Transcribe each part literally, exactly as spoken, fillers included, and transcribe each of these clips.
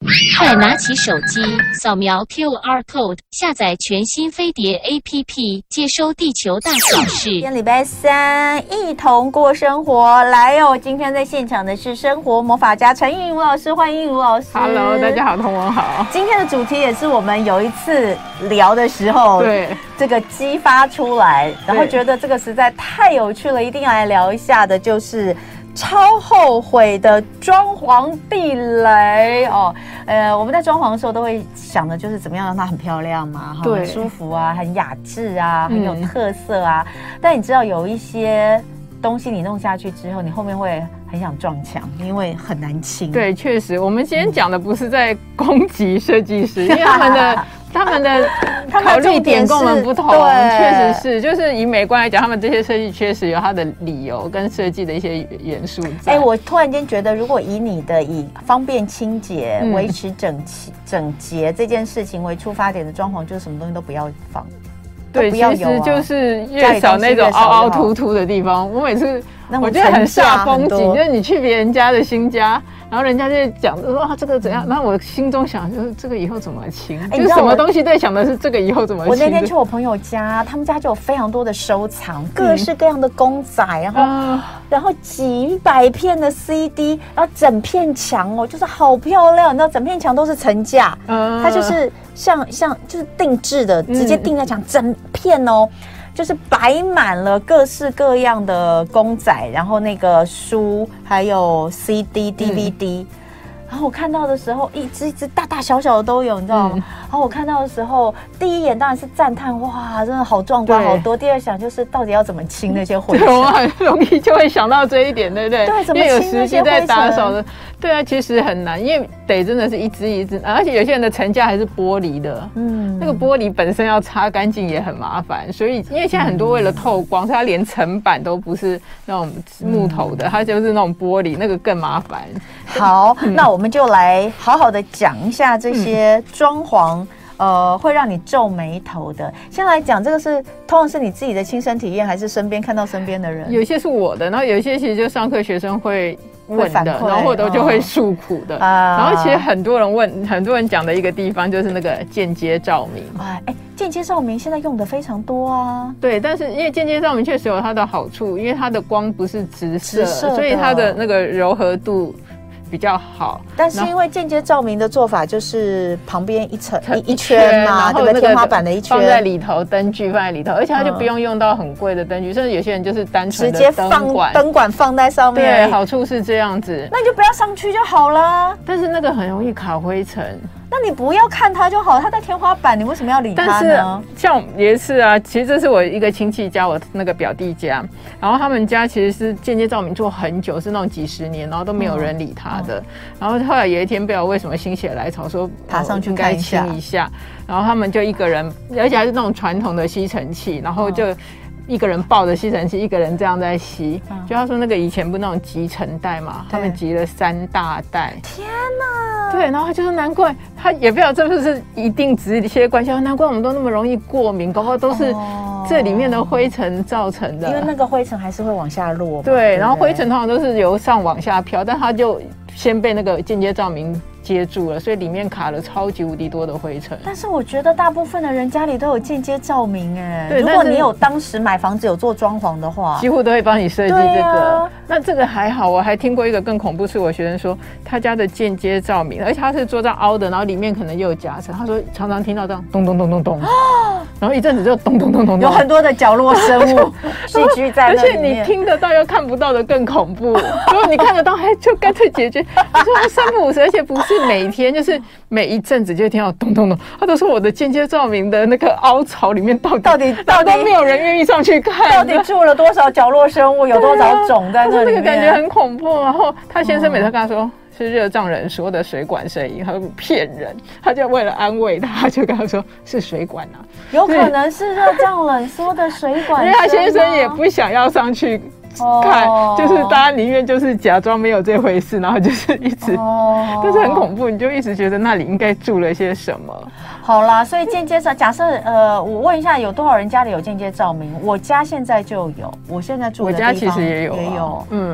快拿起手机，扫描 Q R code， 下载全新飞碟 A P P， 接收地球大小事。 今天礼拜三，一同过生活。来哦，今天在现场的是生活魔法家陈韵如老师，欢迎韵如老师。 Hello， 大家好，同文好。 今天的主题也是我们有一次聊的时候， 对这个激发出来，然后觉得这个实在太有趣了，一定要来聊一下的，就是超后悔的装潢地雷哦。呃，我们在装潢的时候都会想的就是怎么样让它很漂亮嘛，很舒服啊，很雅致啊，很有特色啊。嗯、但你知道有一些东西你弄下去之后，你后面会很想撞墙，因为很难清。 对，确实，我们今天讲的不是在攻击设计师，因为他们的。他们的考虑点跟我们不同，确实是，就是以美观来讲，他们这些设计确实有它的理由跟设计的一些元素在。 哎、欸，我突然间觉得，如果以你的以方便清洁、维、嗯、持整齐、整洁这件事情为出发点的装潢，就是什么东西都不要放。 对，其实就是越少那种凹凹凸凸的地方。我每次我觉得很煞风景，就是你去别人家的新家，然后人家就讲说啊这个怎样，然后我心中想就是这个以后怎么清，欸、就是什么东西在想的是这个以后怎么清。 我那天去我朋友家，他们家就有非常多的收藏，各式各样的公仔，然后、嗯、然后几百片的 C D， 然后整片墙哦，就是好漂亮，你知道整片墙都是层架，嗯、它就是像像就是定制的，直接定在墙、嗯、整片哦。就是摆满了各式各样的公仔，然后那个书，还有 C D、D V D、嗯。然后我看到的时候，一只一只大大小小的都有，你知道吗？嗯、然后我看到的时候，第一眼当然是赞叹，哇，真的好壮观，好多。第二想就是到底要怎么清那些灰尘？ 我很容易就会想到这一点，对不对？ 对，怎么清那些灰尘？因为有实际在打扫的， 对啊，其实很难，因为得真的是一只一只，而且有些人的层架还是玻璃的，嗯，那个玻璃本身要擦干净也很麻烦，所以因为现在很多为了透光，所以它连层板都不是那种木头的，嗯、它就是那种玻璃，那个更麻烦。 好，嗯、那我们就来好好的讲一下这些装潢。嗯呃，会让你皱眉头的。先来讲这个是，通常是你自己的亲身体验，还是身边看到身边的人？ 有些是我的，然后有一些其实就上课学生会问的，然后或者就会诉苦的。哦、然后其实很多人问，很多人讲的一个地方就是那个间接照明。 哎哎，间接照明现在用的非常多啊。 对，但是因为间接照明确实有它的好处，因为它的光不是直射，直射所以它的那个柔和度比较好， 但是因为间接照明的做法就是旁边一层一圈嘛，对不对？天花板的一圈放在里头，灯具放在里头，而且它就不用用到很贵的灯具，甚至有些人就是单纯的直接放灯管放在上面。 对，好处是这样子， 那你就不要上去就好了。 但是那个很容易卡灰尘。 那你不要看它就好，它在天花板，你为什么要理它呢？ 但是像也是啊，其实这是我一个亲戚家，我那个表弟家，然后他们家其实是间接照明做很久，是那种几十年，然后都没有人理他的。嗯嗯、然后后来有一天，不知道为什么心血来潮说爬上去看一下， 应该清一下，然后他们就一个人，而且还是那种传统的吸尘器，然后就。嗯一个人抱着吸尘器，一个人这样在吸。嗯、就他说那个以前不是那种集成袋嘛，他们集了三大袋。 天哪！ 对，然后他就说难怪他也不知道这不是一定直接关系，难怪我们都那么容易过敏，搞不好都是这里面的灰尘造成的。 因为那个灰尘还是会往下落。 对，对然后灰尘通常都是由上往下飘，但他就先被那个间接照明接住了，所以里面卡了超级无敌多的灰尘。 但是我觉得大部分的人家里都有间接照明哎，如果你有当时买房子有做装潢的话， 几乎都会帮你设计这个。啊、那这个还好，我还听过一个更恐怖，是我学生说他家的间接照明，而且他是做这样凹的，然后里面可能又有夹层。他说常常听到这样咚咚咚咚咚，然后一阵子就咚咚咚咚咚， 有很多的角落生物寄居在那里面。 而且你听得到又看不到的更恐怖。如果你看得到，还就干脆解决。你说三不五时，而且不是每天，就是每一阵子就会听到咚咚咚。他都说我的间接照明的那个凹槽里面到底到底到底没有人愿意上去看， 到底住了多少角落生物，有多少种在那里面。 那个感觉很恐怖。然后他先生每次跟他说。嗯是热胀冷缩的水管声音，他说骗人，他就为了安慰他，就跟他说是水管啊， 有可能是热胀冷缩的水管声、啊， 因为他先生也不想要上去看，哦、就是大家宁愿就是假装没有这回事，然后就是一直，哦、但是很恐怖，你就一直觉得那里应该住了些什么。 好啦，所以间接照，假设呃，我问一下，有多少人家里有间接照明？我家现在就有，我现在住的地方我家其实也有、啊， 也有， 嗯。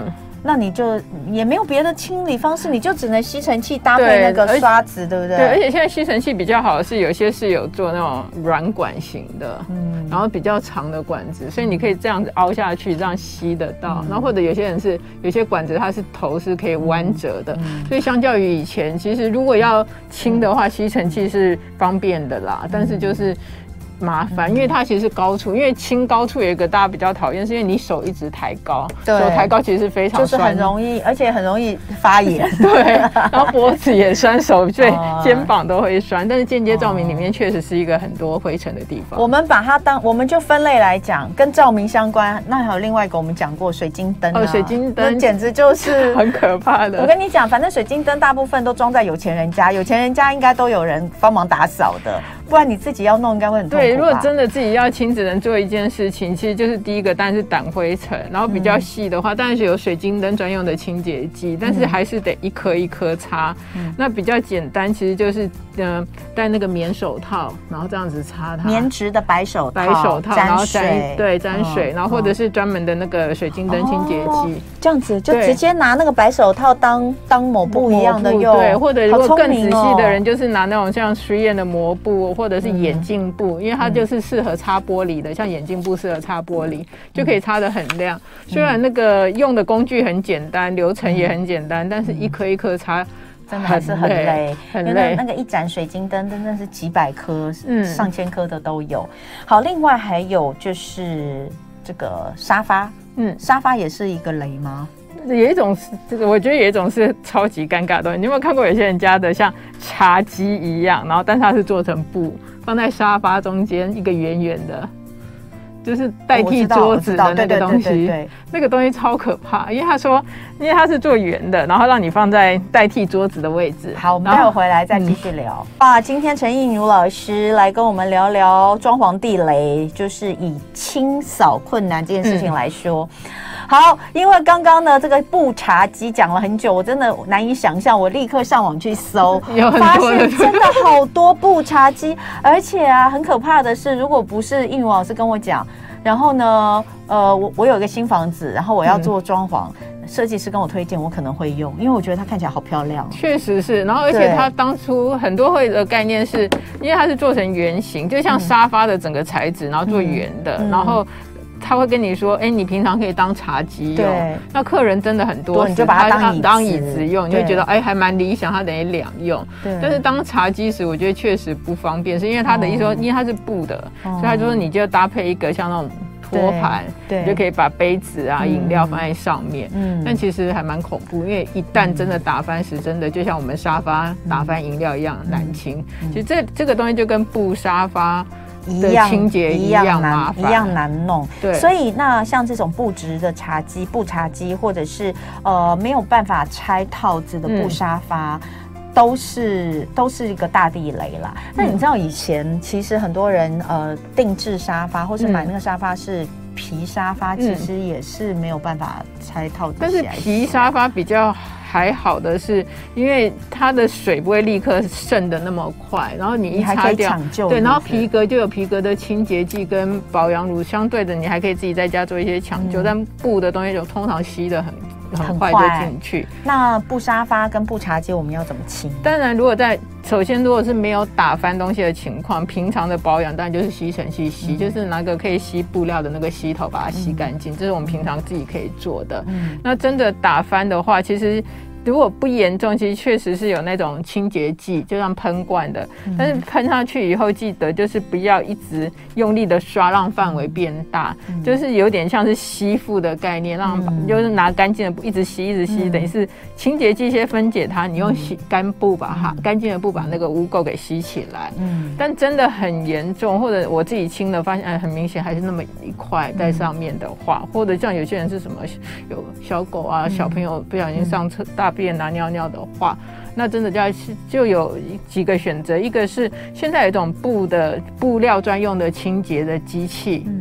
那你就也没有别的清理方式，你就只能吸尘器搭配那个刷子，对不对？ 对，而且现在吸尘器比较好的是，有些是有做那种软管型的，嗯，然后比较长的管子，所以你可以这样子凹下去，这样吸得到。嗯、然后或者有些人是有些管子它是头是可以弯折的，嗯、所以相较于以前，其实如果要清的话，吸尘器是方便的啦，嗯、但是就是麻烦，因为它其实是高处，因为清高处有一个大家比较讨厌，是因为你手一直抬高，手抬高其实是非常酸，就是很容易，而且很容易发炎。 对，然后脖子也酸，手对、哦、肩膀都会酸。但是间接照明里面确实是一个很多灰尘的地方。 我们把它当，我们就分类来讲，跟照明相关。那还有另外一个我们讲过水晶灯、啊、 哦，水晶灯那简直就是很可怕的。 我跟你讲，反正水晶灯大部分都装在有钱人家，有钱人家应该都有人帮忙打扫的，不然你自己要弄应该会很痛苦吧。 对，如果真的自己要亲子能做一件事情，其实就是第一个当然是掸灰尘，然后比较细的话、嗯、当然是有水晶灯专用的清洁剂，但是还是得一颗一颗擦、嗯、那比较简单其实就是呃戴那个棉手套，然后这样子擦它， 棉质的白手套， 白手套沾然后水， 对沾水、嗯、然后或者是专门的那个水晶灯清洁剂、哦、 这样子就直接拿那个白手套当当抹布一样的用， 对，或者如果更仔细的人就是拿那种像实验的膜布或者是眼镜布、嗯、因为它就是适合擦玻璃的，像眼镜布适合擦玻璃、嗯、就可以擦得很亮、嗯、虽然那个用的工具很简单，流程也很简单、嗯、但是一颗一颗擦真的还是很累， 很累。 那个一盏水晶灯真的是几百颗、嗯、上千颗的都有。好，另外还有就是这个沙发，嗯，沙发也是一个雷吗？ 有一种是，我觉得有一种是超级尴尬的东西。你有没有看过有些人家的像茶几一样，然后但是它是做成布，放在沙发中间一个圆圆的，就是代替桌子的那个东西，那个东西超可怕，因为他说，因为它是做圆的，然后让你放在代替桌子的位置。 好，我们待会回来再继续聊。嗯、哇，今天陈映如老师来跟我们聊聊装潢地雷，就是以清扫困难这件事情来说。嗯好，因为刚刚呢，这个布茶几讲了很久，我真的难以想象。我立刻上网去搜， 有很多的， 发现真的好多布茶几，而且啊，很可怕的是，如果不是映如老师跟我讲，然后呢，呃，我我有一个新房子，然后我要做装潢。嗯，设计师跟我推荐，我可能会用，因为我觉得它看起来好漂亮。 确实是，然后而且它当初很多会的概念是，因为它是做成圆形，就像沙发的整个材质，然后做圆的，嗯、然后。他会跟你说，哎、欸，你平常可以当茶几用，那客人真的很多， 你就把它当椅子当椅子用，你会觉得哎、欸、还蛮理想，它等于两用。但是当茶几时，我觉得确实不方便，是因为他的意思说，哦、因为它是布的，哦、所以他就说你就搭配一个像那种托盘，你就可以把杯子啊、饮、嗯、料放在上面。嗯，但其实还蛮恐怖，因为一旦真的打翻时，真的就像我们沙发打翻饮料一样难清。嗯、其实这这个东西就跟布沙发。 一样清洁一样难一样难弄， 对， 所以那像这种布质的茶几、布茶几，或者是呃没有办法拆套子的布沙发，嗯、都是都是一个大地雷啦。那、嗯、你知道以前其实很多人呃定制沙发，或是买那个沙发是皮沙发，嗯、其实也是没有办法拆套子起来。 但是皮沙发比较。还好的是，因为它的水不会立刻渗的那么快，然后你一擦掉，对，然后皮革就有皮革的清洁剂跟保养乳，相对的你还可以自己在家做一些抢救，嗯、但布的东西就通常吸得很很快就进去。 那布沙发跟布茶几我们要怎么清？ 当然，如果在首先如果是没有打翻东西的情况，平常的保养当然就是吸尘器吸，嗯、就是拿个可以吸布料的那个吸头把它吸干净，嗯、这是我们平常自己可以做的。嗯、那真的打翻的话，其实。如果不严重，其实确实是有那种清洁剂，就像喷罐的，嗯、但是喷上去以后，记得就是不要一直用力的刷，让范围变大，嗯、就是有点像是吸附的概念，让、嗯、就是拿干净的布一直吸，一直吸，嗯、等于是清洁剂先分解它，你用洗干布把它干净的布把那个污垢给吸起来。嗯，但真的很严重，或者我自己清了发现，哎，很明显还是那么一块在上面的话，嗯、或者像有些人是什么有小狗啊、嗯、小朋友不小心上厕大。便拿尿尿的话，那真的就要就有几个选择，一个是现在有一种布的布料专用的清洁的机器，嗯，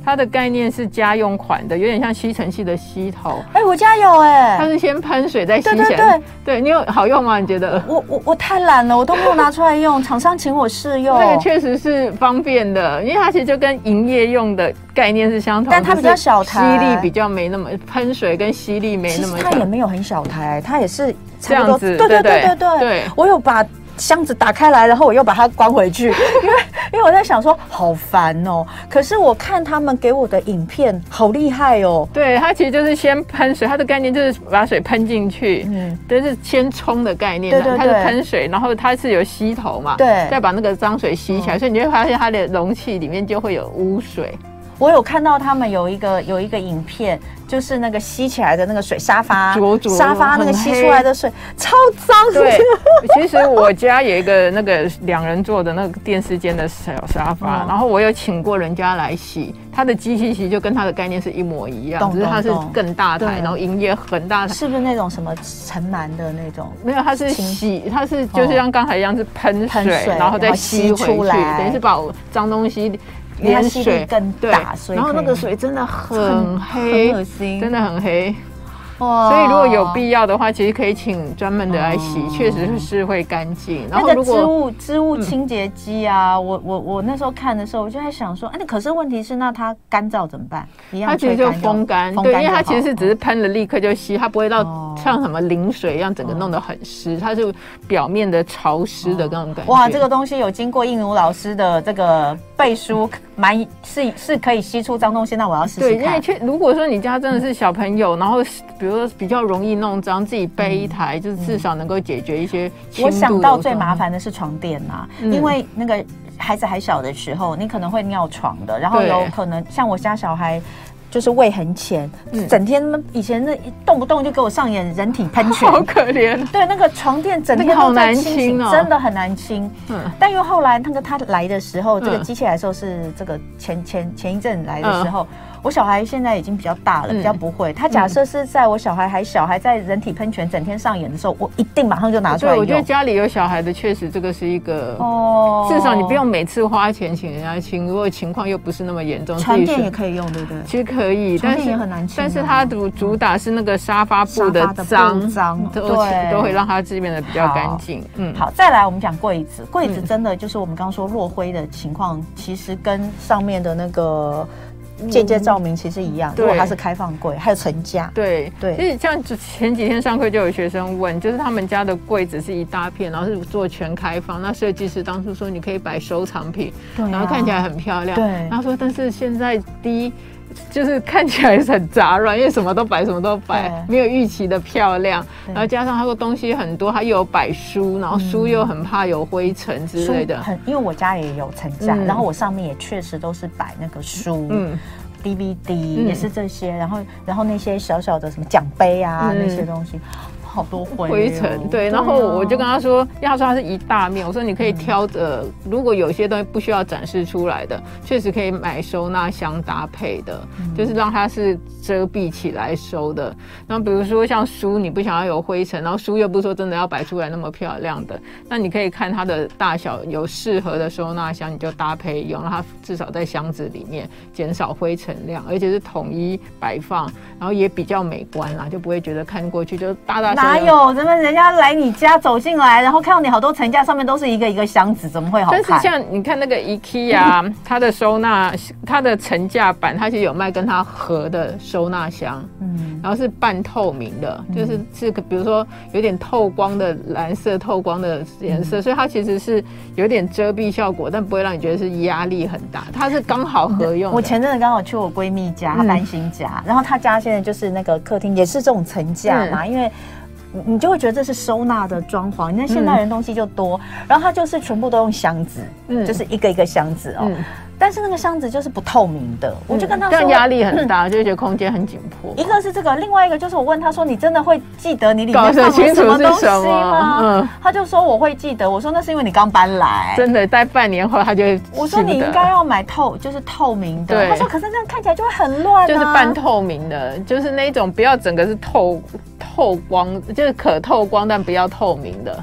它的概念是家用款的，有点像吸尘器的吸头。 哎、欸，我家有哎、欸， 它是先喷水再吸起来。 对对对， 对你有好用吗？你觉得？ 我我我太懒了，我都没有拿出来用。厂商请我试用， 那个确实是方便的，因为它其实就跟营业用的概念是相同， 但它比较小台， 吸力比较没那么喷水跟吸力没那么强。 它也没有很小台，它也是这样子。 对对对对对对，我有把箱子打开来，然后我又把它关回去，因为因为我在想说好烦哦。可是我看他们给我的影片好厉害哦。 对，它其实就是先喷水，它的概念就是把水喷进去，嗯，这是先冲的概念， 对对对， 它是喷水，然后它是有吸头嘛， 对， 再把那个脏水吸起来，嗯、所以你会发现它的容器里面就会有污水。 我有看到他们有一个有一个影片，就是那个吸起来的那个水，沙发灼灼沙发那个吸出来的水超脏。 对，其实我家有一个那个两人座的那个电视间的小沙发，嗯、然后我有请过人家来洗，它的机器洗就跟它的概念是一模一样，只是它是更大台，然后营业很大台。 是不是那种什么尘螨的那种？ 没有，它是洗，它是就是像刚才一样是喷水，哦、然后再吸回去，等于是把脏东西。 连水更大，所以然后那个水真的很黑， 很恶心， 真的很黑。所以如果有必要的话，其实可以请专门的来洗，确、哦、实是会干净。然后如果那个织物织物清洁机啊，嗯、我我我那时候看的时候，我就在想说，哎、啊，可是问题是，那它干燥怎么办？一样它其实就风干，对，因为它其实是只是喷了立刻就吸，它不会到像什么淋水一样整个弄得很湿，它是表面的潮湿的那种感觉。 哇，这个东西有经过应如老师的这个背书，蛮是是可以吸出脏东西，那我要试试看。 对，因为确如果说你家真的是小朋友，然后比如说比较容易弄脏，自己备一台，嗯、就是至少能够解决一些轻度的。我想到最麻烦的是床垫啊，嗯、因为那个孩子还小的时候，你可能会尿床的，然后有可能像我家小孩。就是胃很浅，嗯、整天以前那动不动就给我上演人体喷泉， 好可怜。 对，那个床垫整天都在清洗， 那個、 真的很难清。嗯，但因为后来那个他来的时候，嗯、这个机器来的时候是这个前前前一阵来的时候。嗯我小孩现在已经比较大了，嗯、比较不会。他假设是在我小孩还小，还在人体喷泉整天上演的时候，我一定马上就拿出来用。 对，我觉得家里有小孩的，确实这个是一个哦，至少你不用每次花钱请人家清。如果情况又不是那么严重， 床垫也可以用，对不对？ 其实可以， 床垫也很难清、啊。 但是它主主打是那个沙发布的脏， 脏都都会让它这边的比较干净。 嗯，好，再来我们讲柜子，柜子真的就是我们刚刚说落灰的情况，其实跟上面的那个。间接照明其实一样，如果它是开放柜，还有层架。 对对，其实像前几天上课就有学生问，就是他们家的柜子是一大片，然后是做全开放，那设计师当初说你可以摆收藏品，对、啊，然后看起来很漂亮。对，他说但是现在第一。就是看起来很杂乱，因为什么都摆，什么都摆，没有预期的漂亮。然后加上他说东西很多，他又有摆书，然后书又很怕有灰尘之类的。 很，因为我家也有层架，嗯、然后我上面也确实都是摆那个书。嗯。D V D、嗯、也是这些，然后然后那些小小的什么奖杯啊、嗯、那些东西。好多灰、哦、 灰尘，对，然后我就跟他说，因为他说他是一大面，我说你可以挑着，嗯、如果有些东西不需要展示出来的，确实可以买收纳箱搭配的，嗯、就是让它是遮蔽起来收的。然后比如说像书，你不想要有灰尘，然后书又不是说真的要摆出来那么漂亮的，那你可以看它的大小有适合的收纳箱，你就搭配用，让它至少在箱子里面减少灰尘量，而且是统一摆放，然后也比较美观啦，就不会觉得看过去就大大小。 哪有？怎么人家来你家走进来，然后看到你好多层架上面都是一个一个箱子，怎么会好看？ 但是像你看那个 IKEA， 它的收纳，它的层架板，它其实有卖跟它合的收纳箱，嗯，然后是半透明的，嗯、就是是比如说有点透光的蓝色、透光的颜色，嗯、所以它其实是有点遮蔽效果，但不会让你觉得是压力很大，它是刚好合用的。 我前阵子刚好去我闺蜜家，她搬新家，嗯、然后她家现在就是那个客厅也是这种层架嘛，嗯、因为。你就会觉得这是收纳的装潢，你看现代人东西就多，嗯、然后它就是全部都用箱子，嗯、就是一个一个箱子哦。嗯、但是那个箱子就是不透明的，嗯、我就跟他说， 这样压力很大，嗯、就会觉得空间很紧迫。 一个是这个，另外一个就是我问他说：“你真的会记得你里面放了什么东西吗？”嗯、他就说：“我会记得。”我说：“那是因为你刚搬来。” 真的，在半年后他就会。 我说：“你应该要买透，就是透明的。”他说：“可是这样看起来就会很乱、啊。” 就是半透明的，就是那种不要整个是透透光，就是可透光但不要透明的。 那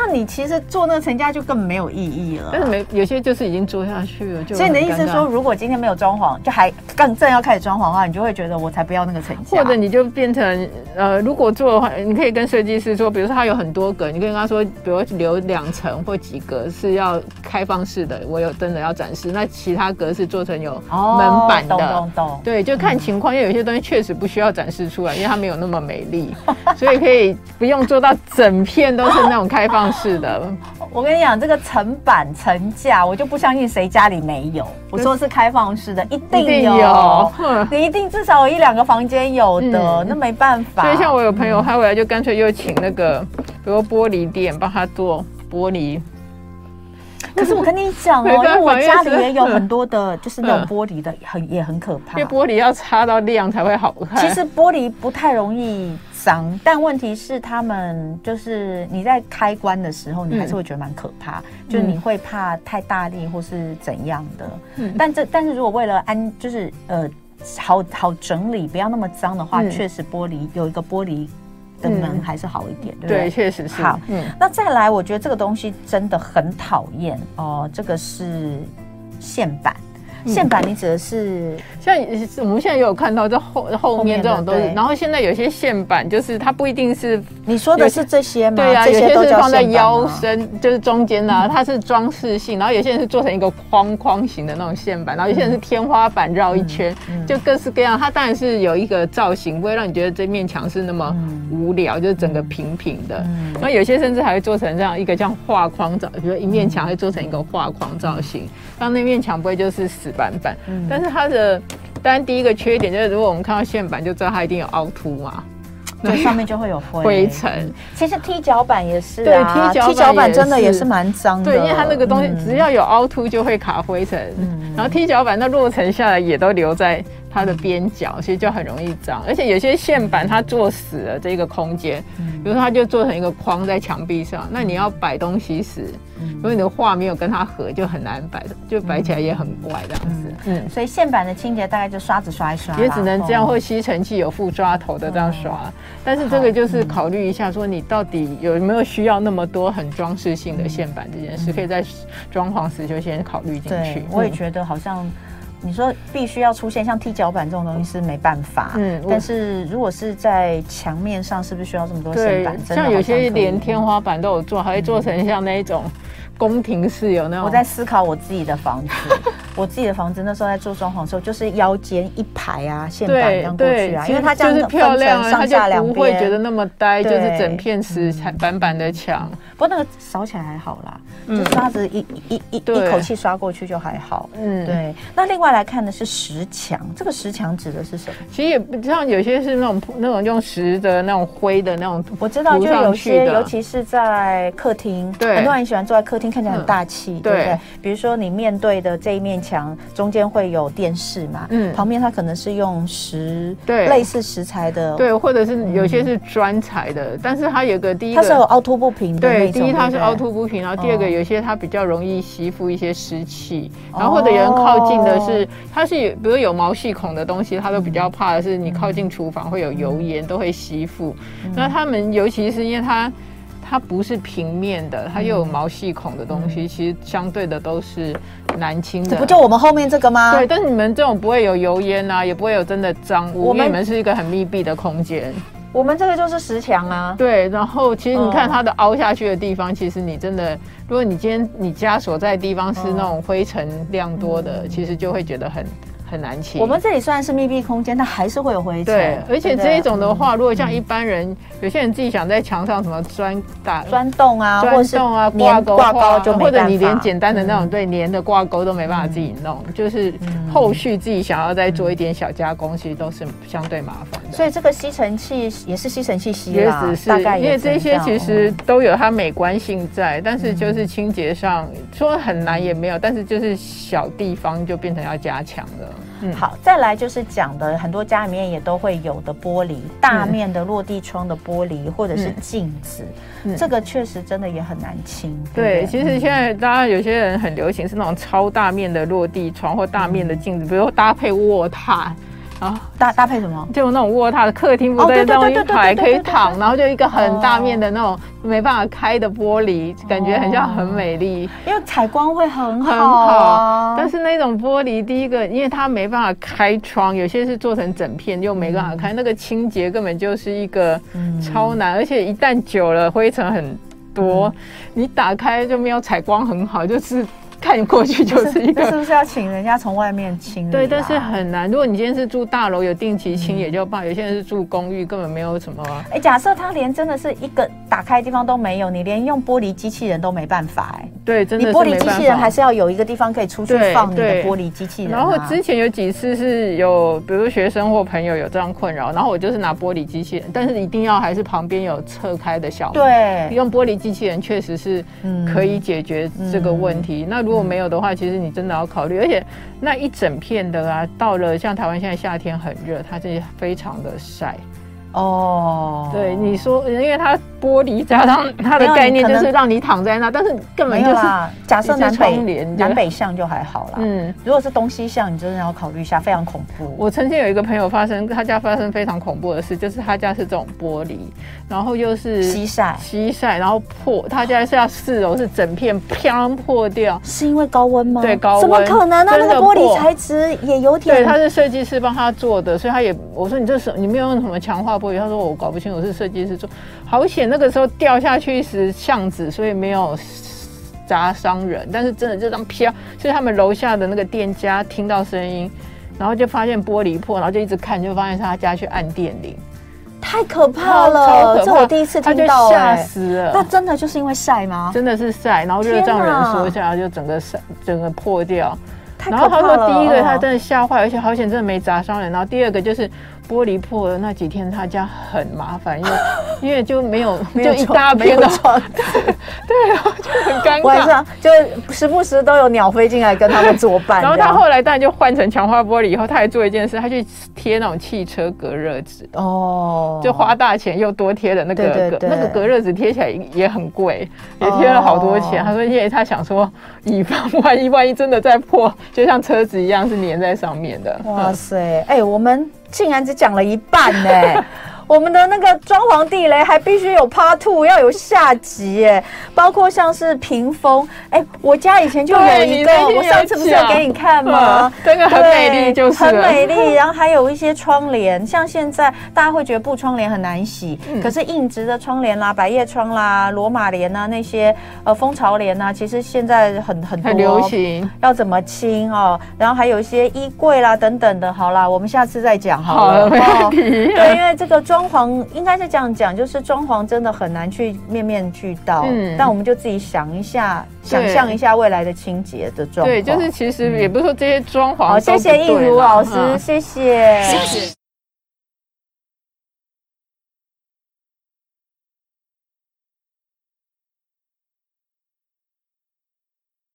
那你其实做那个层架就根本没有意义了。 但是没有些就是已经做下去了，就所以你的意思是说，如果今天没有装潢，就还刚正要开始装潢的话，你就会觉得我才不要那个层架， 或者你就变成呃，如果做的话，你可以跟设计师说，比如说他有很多格，你可以跟他说，比如留两层或几格是要开放式的，我有真的要展示，那其他格是做成有门板的， 哦、懂懂懂， 对，就看情况，因为有些东西确实不需要展示出来，因为它没有那么美丽，所以可以不用做到整片都是那种开放式的。 我跟你讲，这个层板层架，我就不相信谁家里没有。我说是开放式的，一定有，有你一定至少有一两个房间有的，嗯、那没办法。 所以像我有朋友，他后来就干脆又请那个，比如玻璃店帮他做玻璃。 可是我跟你讲哦，因为我家里也有很多的，就是那种玻璃的，很也很可怕。 因为玻璃要擦到亮才会好看。 其实玻璃不太容易脏，但问题是他们就是你在开关的时候，你还是会觉得蛮可怕，嗯、就是你会怕太大力或是怎样的。嗯、但这但是如果为了安，就是呃好好整理，不要那么脏的话，嗯、确实玻璃有一个玻璃的门还是好一点，嗯、对不对？ 对，确实是。 好，嗯，那再来，我觉得这个东西真的很讨厌哦。这个是线板，线板你指的是像我们现在也有看到这后后面这种都是，然后现在有些线板就是它不一定是你说的是这些吗？ 对啊， 有些是放在腰身就是中间啊，它是装饰性，然后有些人是做成一个框框型的那种线板，然后有些人是天花板绕一圈，就各式各样。它当然是有一个造型，不会让你觉得这面墙是那么无聊，就是整个平平的。然后有些甚至还会做成这样一个像画框造，比如一面墙会做成一个画框造型，让那面墙不会就是死板板。但是它的当然第一个缺点就是，如果我们看到线板就知道它一定有凹凸嘛， 对，上面就会有灰灰尘。 其实踢脚板也是、啊， 对，踢脚板, 踢脚板真的也是蛮脏的。 对，因为它那个东西只要有凹凸就会卡灰尘，嗯、然后踢脚板那落尘下来也都留在它的边角，其实就很容易脏。而且有些线板它做死了这个空间，比如说它就做成一个框在墙壁上，那你要摆东西时，如果你的画没有跟它合，就很难摆，就摆起来也很怪这样子。 嗯，嗯所以线板的清洁大概就刷子刷一刷， 也只能这样，或吸尘器有附抓头的这样刷。嗯、但是这个就是考虑一下，说你到底有没有需要那么多很装饰性的线板这件事，嗯、可以在装潢时就先考虑进去。 对，我也觉得好像。你说必须要出现像踢脚板这种东西是没办法，嗯，但是如果是在墙面上，是不是需要这么多线板？ 像有些连天花板都有做，还会做成像那种宫廷式有那种。 我在思考我自己的房子，我自己的房子那时候在做装潢的时候，就是腰间一排啊线板这样过去啊，因为它这样就是漂亮啊， 上下两边不会觉得那么呆，就是整片石板板的墙。 不过那个扫起来还好啦，嗯、就刷子一一一一口气刷过去就还好。嗯，对。那另外来看的是石墙，这个石墙指的是什么？ 其实也不像有些是那种那种用石的那种灰的那种， 我知道，就有些尤其是在客厅，对，很多人喜欢坐在客厅，看起来很大气，嗯、对不对？比如说你面对的这一面墙中间会有电视嘛，嗯，旁边它可能是用石，对，类似石材的， 对，或者是有些是砖材的，嗯、但是它有个第一个它是有凹凸不平的， 对，第一它是凹凸不平，然后第二个有些它比较容易吸附一些湿气，哦、然后或者有人靠近的是它是比如有毛细孔的东西，它都比较怕的是你靠近厨房会有油烟，都会吸附。嗯、那他们尤其是因为它它不是平面的，它又有毛细孔的东西，嗯、其实相对的都是难清的。 这不就我们后面这个吗？ 对，但是你们这种不会有油烟啊，也不会有真的脏污，因为你们是一个很密闭的空间。 我们这个就是石墙啊， 对，然后其实你看它的凹下去的地方，嗯、其实你真的，如果你今天你家所在的地方是那种灰尘量多的，嗯、其实就会觉得很。很难清。 我们这里虽然是密闭空间，但还是会有灰尘。 对，而且这一种的话，如果像一般人，嗯、有些人自己想在墙上什么钻打钻洞啊， 钻洞啊，挂钩挂钩就没办法， 或者你连简单的那种对粘的挂钩都没办法自己弄，嗯、就是后续自己想要再做一点小加工，其实都是相对麻烦的。 所以这个吸尘器也是吸尘器吸啦， 也只是大概因为这些其实都有它美观性在，但是就是清洁上说很难也没有，但是就是小地方就变成要加强了。 嗯，好，再来就是讲的很多家里面也都会有的玻璃，大面的落地窗的玻璃，嗯、或者是镜子，嗯、这个确实真的也很难清。 对，对其实现在大家有些人很流行是那种超大面的落地窗或大面的镜子，嗯、比如搭配卧榻。 啊，搭搭配什么？ 就那种卧榻的客厅，不对，那种一排可以躺，然后就一个很大面的那种没办法开的玻璃，感觉很像很美丽， 因为采光会很好、啊、 很好。但是那种玻璃，第一个，因为它没办法开窗，有些是做成整片又没办法开，嗯、那个清洁根本就是一个超难，嗯、而且一旦久了灰尘很多，嗯、你打开就没有采光很好，就是。看过去就是一个， 是不是要请人家从外面清理、啊？ 对，但是很难。如果你今天是住大楼，有定期清也就罢；有些人是住公寓，根本没有什么。 哎、欸，假设他连真的是一个打开的地方都没有，你连用玻璃机器人都没办法、欸。哎， 对，真的是你玻璃机器人还是要有一个地方可以出去放你的玻璃机器人、啊。 然后之前有几次是有，比如学生或朋友有这样困扰，然后我就是拿玻璃机器人，但是一定要还是旁边有侧开的小门。 对， 用玻璃机器人确实是可以解决这个问题。嗯、那如果没有的话，其实你真的要考虑，而且那一整片的啊，到了像台湾现在夏天很热，它这非常的晒。哦，对，你说，因为它玻璃加上它的概念就是让你躺在那，但是根本就是假设南北南北向就还好啦。嗯，如果是东西向，你真的要考虑一下，非常恐怖。 我曾经有一个朋友发生，他家发生非常恐怖的事，就是他家是这种玻璃，然后又是西晒西晒，然后破，他家是要四楼是整片砰破掉， 是因为高温吗？ 对，高温。 怎么可能呢？那个玻璃材质也有点。 对，他是设计师帮他做的，所以他也我说你这是你没有用什么强化玻璃，他说我搞不清楚是设计师做，好险那个时候掉下去时巷子，所以没有砸伤人，但是真的就这样飘，所以他们楼下的那个店家听到声音，然后就发现玻璃破，然后就一直看，就发现是他家去按电铃。 太可怕了，这我第一次听到、 欸，吓死了。 那真的就是因为晒吗？ 真的是晒，然后热胀冷缩下来，就整个晒，整个破掉。 然后他说，第一个他真的吓坏，而且好险真的没砸伤人。然后第二个就是玻璃破了那几天，他家很麻烦，因为因为就没有就一大片的床，对，然后就很尴尬。 晚上就时不时都有鸟飞进来跟他们作伴。 然后他后来当然就换成强化玻璃以后，他还做一件事，他去贴那种汽车隔热纸。哦，就花大钱又多贴的那个对对对那个隔热纸贴起来也很贵，也贴了好多钱。哦、他说，因为他想说，以防万一，万一真的再破。就像车子一样是粘在上面的。 哇塞，哎、欸，我们竟然只讲了一半呢、欸。我们的那个装潢地雷还必须有 Part Two， 要有下集哎，包括像是屏风，哎、欸，我家以前就有一个，我上次不是有给你看吗？ 这个很美丽，就是很美丽。然后还有一些窗帘，像现在大家会觉得布窗帘很难洗，嗯、可是硬质的窗帘啦、百叶窗啦、罗马帘啊那些呃蜂巢帘啊，其实现在很很多很流行， 要怎么清哦？然后还有一些衣柜啦等等的，好啦，我们下次再讲好了。 好，没问题。 对，因为这个装潢应该是这样讲，就是装潢真的很难去面面俱到，嗯，但我们就自己想一下，想象一下未来的清洁的状况。 对，就是其实也不是说这些装潢、 嗯。好，谢谢映如老师，嗯、谢谢。谢谢。